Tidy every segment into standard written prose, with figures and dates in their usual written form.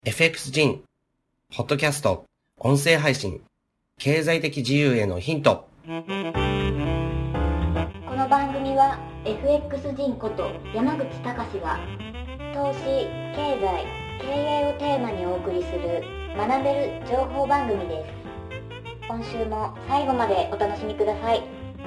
FX 人、ポッドキャスト、音声配信、経済的自由へのヒント。 この番組は FX 人こと山口隆が投資、経済、経営をテーマにお送りする学べる情報番組です。今週も最後までお楽しみください。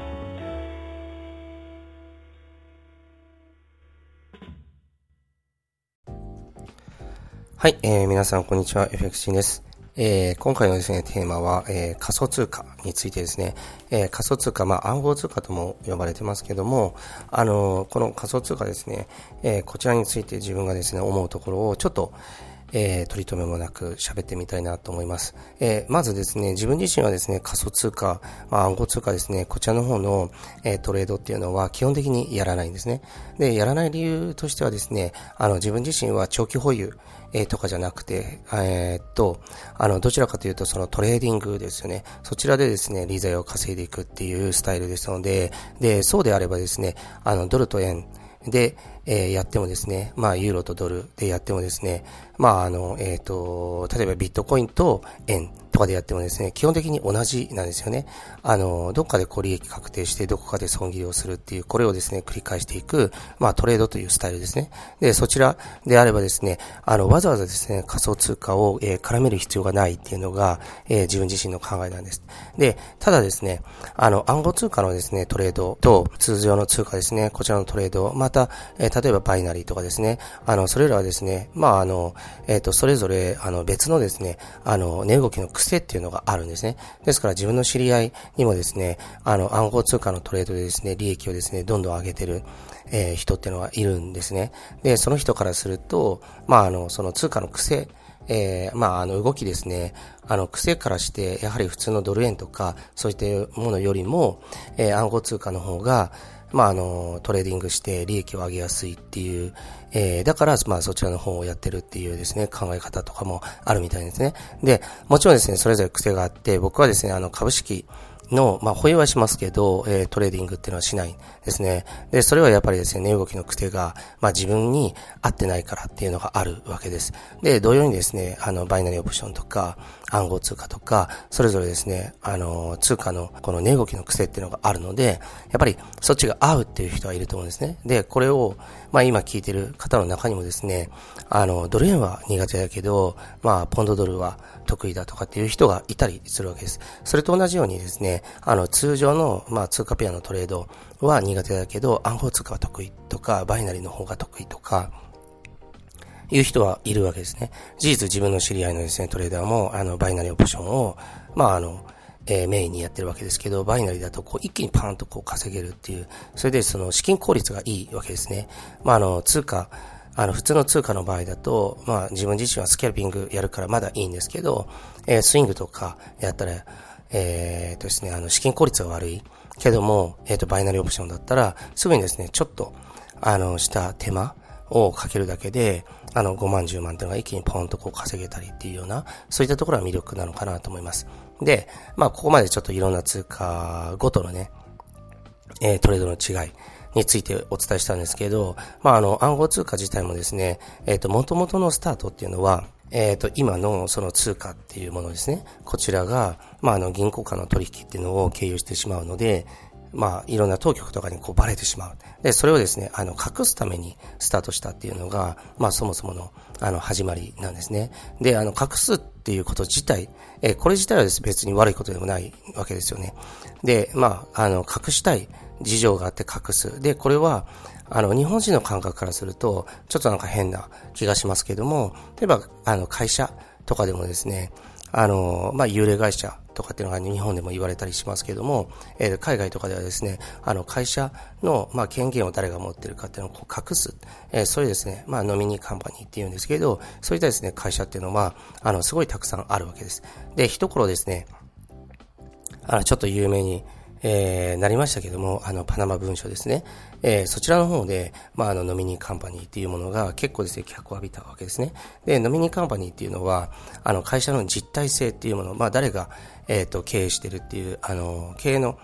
はい、皆さんこんにちは、FX 人です。今回のですね、テーマは、仮想通貨についてですね、仮想通貨、暗号通貨とも呼ばれてますけども、この仮想通貨ですね、こちらについて自分がですね、思うところをちょっと、取り留めもなく喋ってみたいなと思います。まずですね、自分自身はですね、仮想通貨、暗号通貨ですね、こちらの方の、トレードっていうのは基本的にやらないんですね。で、やらない理由としてはですね、自分自身は長期保有、とかじゃなくて、どちらかというとそのトレーディングですよね。そちらでですね、利材を稼いでいくっていうスタイルですので、そうであればですね、ドルと円で、やってもですね、ユーロとドルでやってもですね、例えばビットコインと円とかでやってもですね、基本的に同じなんですよね。どっかで利益確定して、どこかで損切りをするっていう、これをですね、繰り返していく、トレードというスタイルですね。で、そちらであればですね、わざわざですね、仮想通貨を、絡める必要がないっていうのが、自分自身の考えなんです。で、ただですね、暗号通貨のですね、トレードと通常の通貨ですね、こちらのトレード、また、例えばバイナリーとかですね、それらはですね、それぞれ、別のですね、値動きの癖っていうのがあるんですね。ですから自分の知り合いにもですね、暗号通貨のトレードでですね、利益をですね、どんどん上げてる、人っていうのがいるんですね。で、その人からすると、その通貨の癖、動きですね、癖からして、やはり普通のドル円とか、そういったものよりも、暗号通貨の方が、トレーディングして利益を上げやすいっていう、だから、そちらの方をやってるっていうですね、考え方とかもあるみたいですね。で、もちろんですね、それぞれ癖があって、僕はですね、株式の、保有はしますけど、トレーディングっていうのはしないですね。で、それはやっぱりですね、値動きの癖が、自分に合ってないからっていうのがあるわけです。で、同様にですね、バイナリーオプションとか、暗号通貨とか、それぞれですね、通貨のこの値動きの癖っていうのがあるので、やっぱりそっちが合うっていう人はいると思うんですね。で、これを、今聞いてる方の中にもですね、ドル円は苦手だけど、ポンドドルは得意だとかっていう人がいたりするわけです。それと同じようにですね、通常の、通貨ペアのトレードは苦手だけど、暗号通貨は得意とか、バイナリーの方が得意とか、いう人はいるわけですね。事実自分の知り合いのですね、トレーダーも、バイナリーオプションを、メインにやってるわけですけど、バイナリーだと一気にパーンと稼げるっていう、それでその資金効率がいいわけですね。通貨、普通の通貨の場合だと、自分自身はスキャルピングやるからまだいいんですけど、スイングとかやったら、ですね、資金効率が悪いけども、バイナリーオプションだったら、すぐにですね、ちょっと、した手間をかけるだけで、5万、10万というのが一気にポンと稼げたりっていうような、そういったところが魅力なのかなと思います。で、ここまでちょっといろんな通貨ごとのね、トレードの違いについてお伝えしたんですけど、暗号通貨自体もですね、元々のスタートっていうのは、今のその通貨っていうものですね、こちらが、銀行間の取引っていうのを経由してしまうので、いろんな当局とかにバレてしまう。で、それをですね、隠すためにスタートしたっていうのが、そもそもの、始まりなんですね。で、隠すっていうこと自体、これ自体はですね、別に悪いことでもないわけですよね。で、隠したい事情があって隠す。で、これは、日本人の感覚からすると、ちょっと変な気がしますけども、例えば、会社とかでもですね、幽霊会社とかっていうのが日本でも言われたりしますけども、海外とかではですね、会社の、権限を誰が持っているかっていうのを隠す。それですね、ノミニーカンパニーって言うんですけど、そういったですね、会社っていうのは、すごいたくさんあるわけです。で、一頃ですね、ちょっと有名に、なりましたけども、パナマ文書ですね。そちらの方で、ノミニーカンパニーっていうものが結構ですね、脚光を浴びたわけですね。で、ノミニーカンパニーっていうのは、会社の実体性っていうもの、誰が、経営してるっていう、経営の、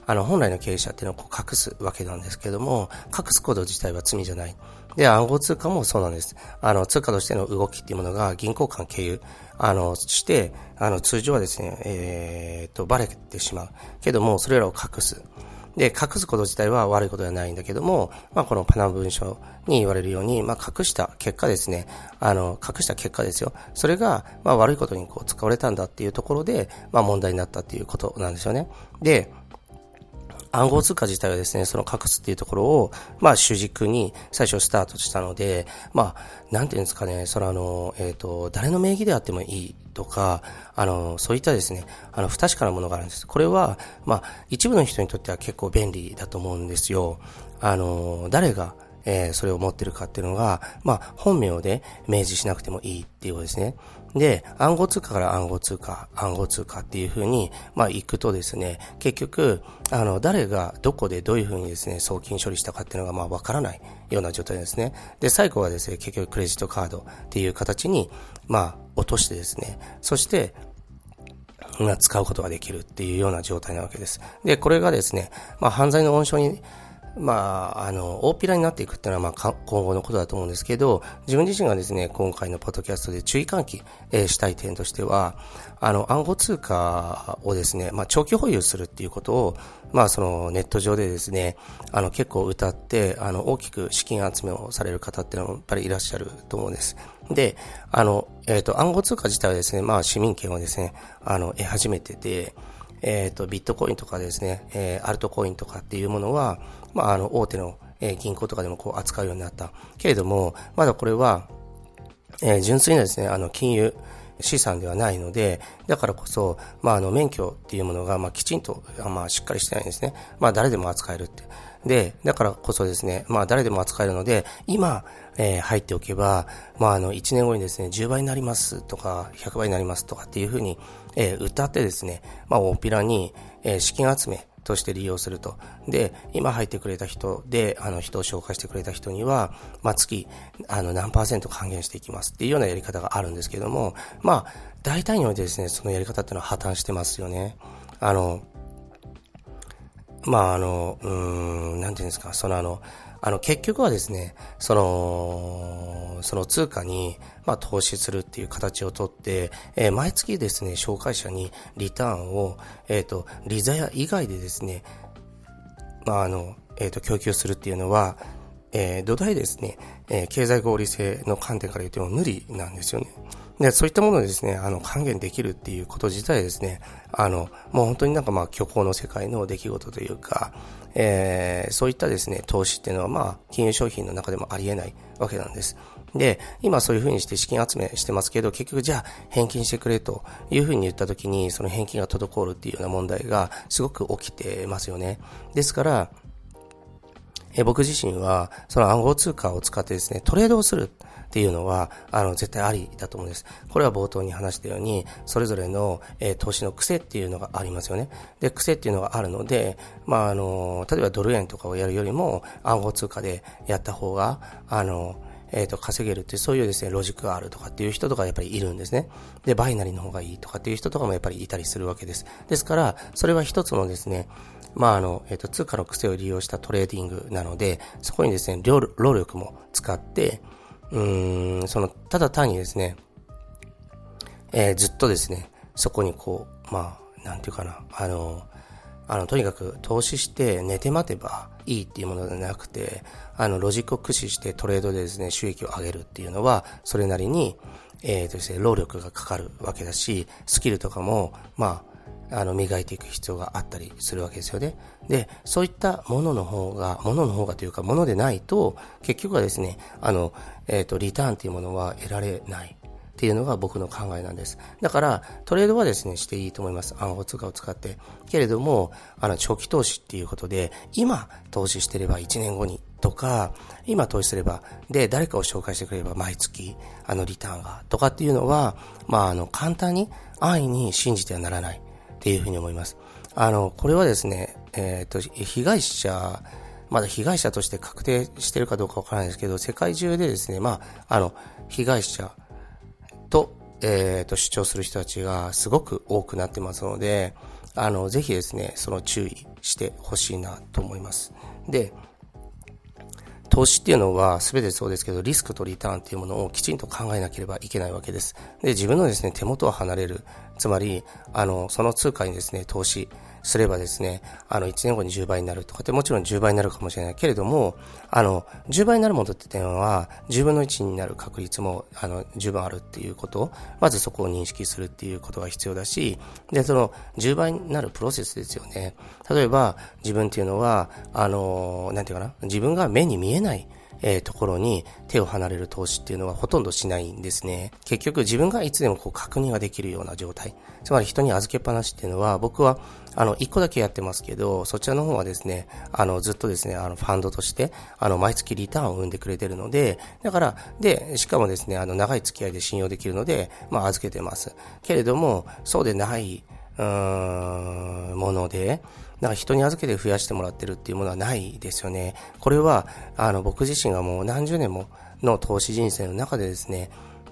本来の経営者っていうのをこう隠すわけなんですけども、隠すこと自体は罪じゃない。で、暗号通貨もそうなんです。通貨としての動きっていうものが銀行間経由、して、通常はですね、バレてしまう。けども、それらを隠す。で、隠すこと自体は悪いことではないんだけども、このパナマ文書に言われるように、隠した結果ですね、隠した結果ですよ。それが、悪いことにこう使われたんだっていうところで、問題になったっていうことなんですよね。で、暗号通貨自体はですね、その隠すっていうところを、主軸に最初スタートしたので、なんていうんですかね、誰の名義であってもいいとか、そういったですね、不確かなものがあるんです。これは、一部の人にとっては結構便利だと思うんですよ。誰が、それを持ってるかっていうのが、本名で明示しなくてもいいっていうことですね。で、暗号通貨から暗号通貨っていう風に、行くとですね、結局、誰がどこでどういう風にですね、送金処理したかっていうのがわからないような状態ですね。で、最後はですね、結局クレジットカードっていう形に、落としてですね、そして、使うことができるっていうような状態なわけです。で、これがですね、犯罪の温床に、大っぴらになっていくっていうのは、今後のことだと思うんですけど、自分自身がですね、今回のポッドキャストで注意喚起、したい点としては、暗号通貨をですね、長期保有するっていうことを、そのネット上でですね、結構歌って、大きく資金集めをされる方っていうのもやっぱりいらっしゃると思うんです。で、暗号通貨自体はですね、市民権をですね、得始めてて、ビットコインとかですね、アルトコインとかっていうものは、大手の、銀行とかでもこう扱うようになった。けれども、まだこれは、純粋なですね、金融資産ではないので、だからこそ、免許っていうものが、きちんと、しっかりしてないんですね。誰でも扱えるって。で、だからこそですね、誰でも扱えるので、今、入っておけば、1年後にですね、10倍になりますとか、100倍になりますとかっていうふうに、歌ってですね、大っぴらに、資金集めとして利用すると。で、今入ってくれた人で、人を紹介してくれた人には、月、何%還元していきますっていうようなやり方があるんですけども、大体においてですね、そのやり方っていうのは破綻してますよね。なんていうんですか、結局はですね、その通貨に、投資するっていう形をとって、毎月ですね、紹介者にリターンを、利ザヤ以外でですね、供給するっていうのは、土台ですね、経済合理性の観点から言っても無理なんですよね。で、そういったものをですね、還元できるっていうこと自体ですね、もう本当に虚構の世界の出来事というか、そういったですね、投資っていうのは金融商品の中でもありえないわけなんです。で、今そういう風にして資金集めしてますけど、結局じゃあ返金してくれという風に言った時に、その返金が滞るっていうような問題がすごく起きてますよね。ですから、僕自身は、その暗号通貨を使ってですね、トレードをするっていうのは、絶対ありだと思うんです。これは冒頭に話したように、それぞれの、投資の癖っていうのがありますよね。で、癖っていうのがあるので、例えばドル円とかをやるよりも、暗号通貨でやった方が、稼げるっていう、そういうですね、ロジックがあるとかっていう人とかやっぱりいるんですね。で、バイナリーの方がいいとかっていう人とかもやっぱりいたりするわけです。ですから、それは一つのですね、通貨の癖を利用したトレーディングなので、そこにですね、労力も使って、ただ単にですね、ずっとですね、そこにこう、なんていうかな、とにかく投資して寝て待てばいいっていうものではなくて、ロジックを駆使してトレードでですね、収益を上げるっていうのは、それなりに、ですね、労力がかかるわけだし、スキルとかも、磨いていく必要があったりするわけですよね。で、そういったものの方がというか、ものでないと、結局はですね、リターンというものは得られないっていうのが僕の考えなんです。だから、トレードはですね、していいと思います。暗号通貨を使って。けれども、長期投資っていうことで、今投資してれば1年後にとか、今投資すれば、で、誰かを紹介してくれれば毎月、リターンがとかっていうのは、簡単に、安易に信じてはならない。っていうふうに思います。これはですね、被害者、まだ被害者として確定しているかどうかわからないですけど、世界中でですね、被害者と、主張する人たちがすごく多くなってますので、ぜひですね、その注意してほしいなと思います。で、投資っていうのは全てそうですけど、リスクとリターンっていうものをきちんと考えなければいけないわけです。で、自分のですね、手元を離れる。つまり、その通貨にですね、投資すればですね、1年後に10倍になるとかって、もちろん10倍になるかもしれないけれども、10倍になるものっていうのは、10分の1になる確率も、十分あるっていうことを、まずそこを認識するっていうことが必要だし、で、その10倍になるプロセスですよね。例えば、自分っていうのは、なんていうかな、自分が目に見えない、ところに手を離れる投資っていうのはほとんどしないんですね。結局自分がいつでもこう確認ができるような状態。つまり人に預けっぱなしっていうのは、僕は一個だけやってますけど、そちらの方はですね、ずっとですね、ファンドとして毎月リターンを生んでくれてるので、だからでしかもですね、長い付き合いで信用できるので、預けてます。けれどもそうでないもので、だから人に預けて増やしてもらってるっていうものはないですよね。これは僕自身がもう何十年もの投資人生の中でですね、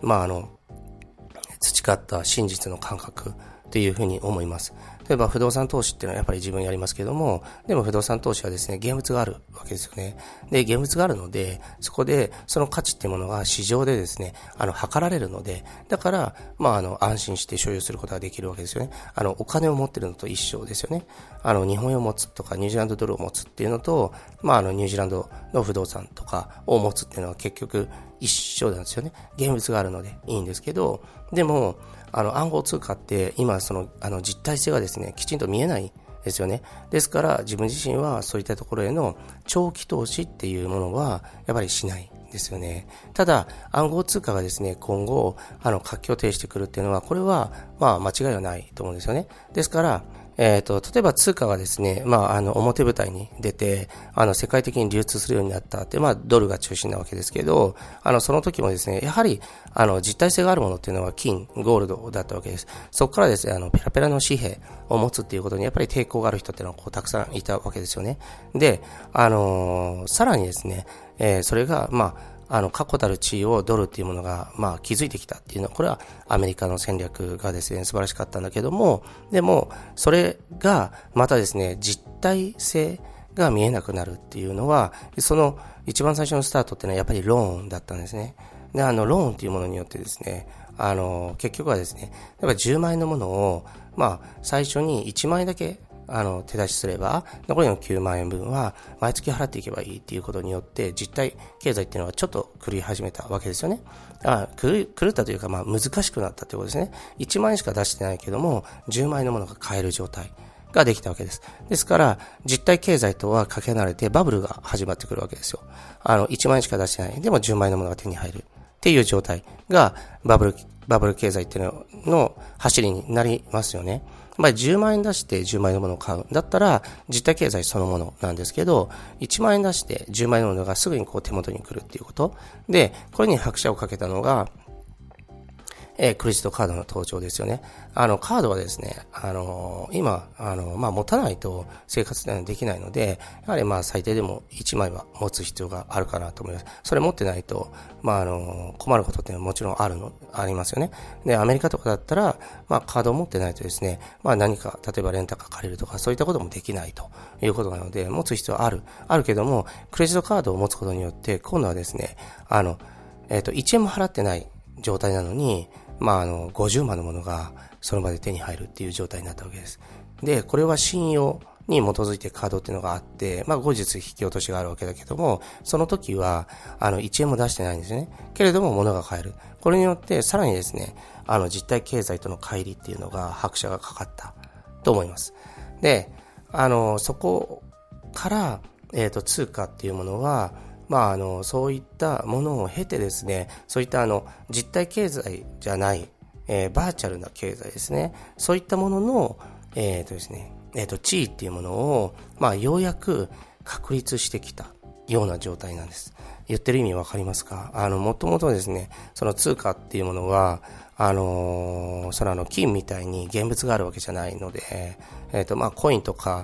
培った真実の感覚というふうに思います。例えば不動産投資っていうのはやっぱり自分やりますけども、でも不動産投資はですね、現物があるわけですよね。で、現物があるので、そこでその価値っていうものが市場でですね、測られるので、だから、安心して所有することができるわけですよね。お金を持ってるのと一緒ですよね。日本円を持つとか、ニュージーランドドルを持つっていうのと、ニュージーランドの不動産とかを持つっていうのは結局一緒なんですよね。現物があるのでいいんですけど、でも、暗号通貨って今実体性がですね、きちんと見えないですよね。ですから自分自身はそういったところへの長期投資っていうものはやっぱりしないですよね。ただ暗号通貨がですね、今後活況停してくるっていうのは、これは間違いはないと思うんですよね。ですから例えば通貨がですね、表舞台に出て、世界的に流通するようになったって、ドルが中心なわけですけど、その時もですね、やはり、実体性があるものっていうのは金、ゴールドだったわけです。そこからですね、ペラペラの紙幣を持つっていうことに、やっぱり抵抗がある人っていうのはたくさんいたわけですよね。で、さらにですね、それが、確固たる地位をドルっていうものが、築いてきたっていうのは、これはアメリカの戦略がですね、素晴らしかったんだけども、でも、それが、またですね、実体性が見えなくなるっていうのは、その一番最初のスタートっていうのはやっぱりローンだったんですね。で、ローンっていうものによってですね、結局はですね、例えば10万円のものを、最初に1万円だけ手出しすれば、残りの9万円分は毎月払っていけばいいっていうことによって、実体経済っていうのはちょっと狂い始めたわけですよね。狂ったというか、難しくなったということですね。1万円しか出してないけども、10万円のものが買える状態ができたわけです。ですから、実体経済とはかけ離れてバブルが始まってくるわけですよ。1万円しか出してない。でも10万円のものが手に入るっていう状態がバブル経済っていうの走りになりますよね。10万円出して10万円のものを買う。だったら、実体経済そのものなんですけど、1万円出して10万円のものがすぐに手元に来るっていうこと。で、これに拍車をかけたのが、クレジットカードの登場ですよね。カードはですね、今、持たないと生活できないので、やはり最低でも1枚は持つ必要があるかなと思います。それ持ってないと、困ることってもちろんありますよね。で、アメリカとかだったら、カードを持ってないとですね、何か、例えばレンタカー借りるとか、そういったこともできないということなので、持つ必要はあるけども、クレジットカードを持つことによって、今度はですね、1円も払ってない状態なのに、50万のものがその場で手に入るっていう状態になったわけです。で、これは信用に基づいてカードっていうのがあって、後日引き落としがあるわけだけども、その時は、1円も出してないんですね。けれども物が買える。これによって、さらにですね、実体経済との乖離っていうのが拍車がかかったと思います。で、そこから、通貨っていうものは、そういったものを経てですね、そういった実体経済じゃない、バーチャルな経済ですね。そういったものの、ですね、地位っていうものを、ようやく確立してきたような状態なんです。言ってる意味わかりますか？もともとですね、その通貨っていうものは、金みたいに現物があるわけじゃないので、コインとか、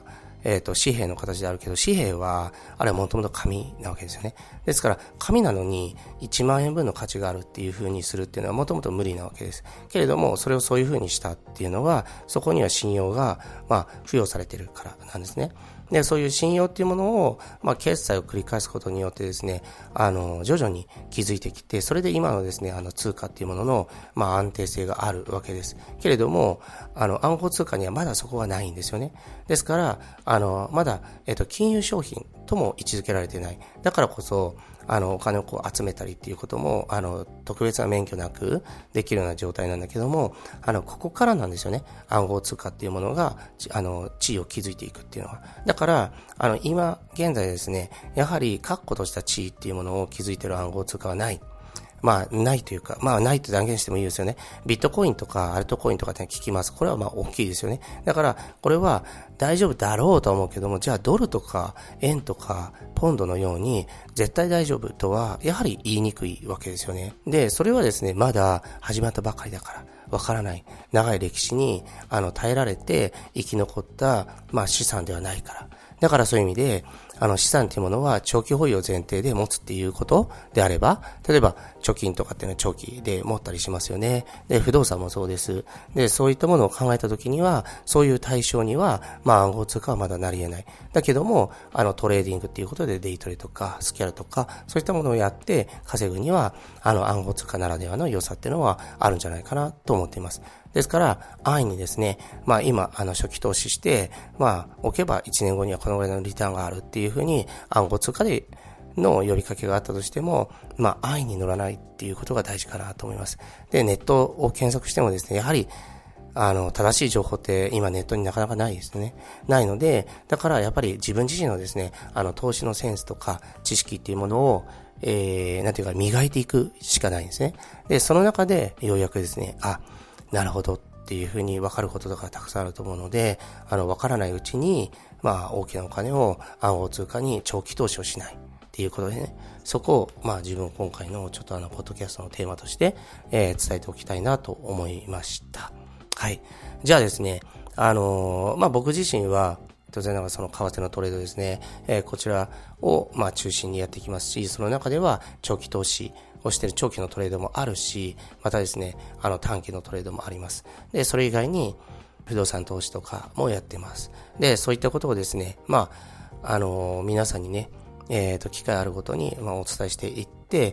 紙幣の形であるけど、紙幣は、あれはもともと紙なわけですよね。ですから、紙なのに1万円分の価値があるっていう風にするっていうのはもともと無理なわけです。けれども、それをそういう風にしたっていうのは、そこには信用が、付与されているからなんですね。で、そういう信用っていうものを、決済を繰り返すことによってですね、徐々に築いてきて、それで今のですね、通貨っていうものの、安定性があるわけです。けれども、暗号通貨にはまだそこはないんですよね。ですから、まだ、金融商品とも位置づけられていない。だからこそ、お金を集めたりっていうことも、特別な免許なくできるような状態なんだけども、ここからなんですよね。暗号通貨っていうものが、地位を築いていくっていうのは。だから、今、現在ですね、やはり確固とした地位っていうものを築いている暗号通貨はない。ないというか、ないと断言してもいいですよね。ビットコインとかアルトコインとかって聞きます。これは大きいですよね。だから、これは大丈夫だろうと思うけども、じゃあドルとか円とかポンドのように絶対大丈夫とは、やはり言いにくいわけですよね。で、それはですね、まだ始まったばかりだから。わからない。長い歴史に、耐えられて生き残った、資産ではないから。だからそういう意味で、資産というものは長期保有を前提で持つっていうことであれば、例えば貯金とかっていうのは長期で持ったりしますよね。で、不動産もそうです。で、そういったものを考えたときには、そういう対象には、暗号通貨はまだなり得ない。だけども、トレーディングっていうことでデイトレとかスキャルとか、そういったものをやって稼ぐには、暗号通貨ならではの良さっていうのはあるんじゃないかなと思っています。ですから、安易にですね、今、初期投資して、置けば1年後にはこのぐらいのリターンがあるっていうふうに、暗号通貨での呼びかけがあったとしても、安易に乗らないっていうことが大事かなと思います。で、ネットを検索してもですね、やはり、正しい情報って今ネットになかなかないですね。ないので、だからやっぱり自分自身のですね、投資のセンスとか知識っていうものを、なんていうか磨いていくしかないんですね。で、その中でようやくですね、なるほどっていうふうに分かることとかたくさんあると思うので、分からないうちに、大きなお金を暗号通貨に長期投資をしないっていうことでね、そこを、自分今回のちょっとポッドキャストのテーマとして、伝えておきたいなと思いました。はい。じゃあですね、僕自身は、当然ながらその為替のトレードですね、こちらを、中心にやっていきますし、その中では長期投資をしている長期のトレードもあるし、またですね、短期のトレードもあります。で、それ以外に不動産投資とかもやってます。で、そういったことをですね、皆さんにね、機会あるごとに、お伝えしていって、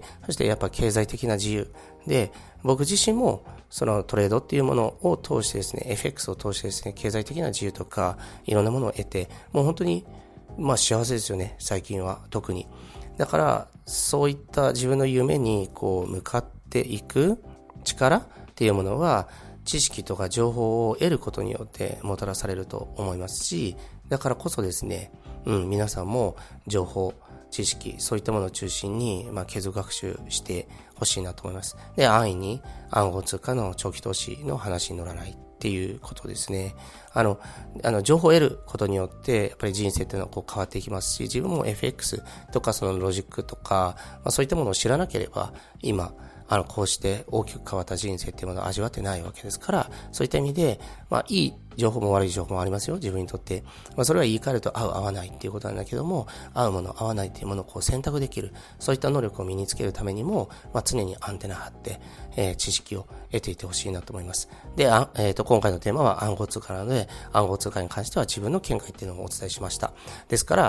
そしてやっぱ経済的な自由で、僕自身もそのトレードっていうものを通してですね、FX を通してですね、経済的な自由とか、いろんなものを得て、もう本当に、幸せですよね、最近は特に。だから、そういった自分の夢に向かっていく力っていうものは、知識とか情報を得ることによってもたらされると思いますし、だからこそですね、皆さんも情報、知識、そういったものを中心に、継続学習してほしいなと思います。で、安易に暗号通貨の長期投資の話に乗らないっていうことですね。情報を得ることによって、やっぱり人生っていうのは変わっていきますし、自分も FX とかそのロジックとか、そういったものを知らなければ、今、こうして大きく変わった人生っていうものを味わってないわけですから、そういった意味で、いい情報も悪い情報もありますよ、自分にとって。それは言い換えると合う合わないっていうことなんだけども、合うもの合わないっていうものを選択できる、そういった能力を身につけるためにも、常にアンテナ張って、知識を得ていてほしいなと思います。で、今回のテーマは暗号通貨なので、暗号通貨に関しては自分の見解っていうのをお伝えしました。ですから、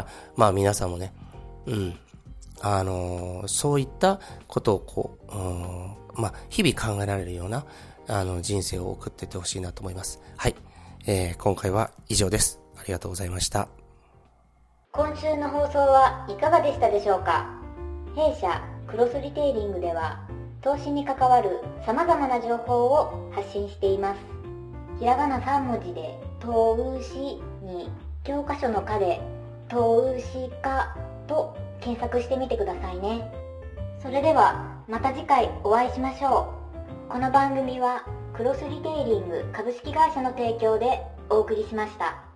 皆さんもね、そういったことを日々考えられるような人生を送っていってほしいなと思います。はい、今回は以上です。ありがとうございました。 今週の放送はいかがでしたでしょうか。弊社クロスリテイリングでは投資に関わる様々な情報を発信しています。ひらがな3文字で投資に教科書の科で投資家と検索してみてくださいね。それではまた次回お会いしましょう。この番組はクロスリテイリング株式会社の提供でお送りしました。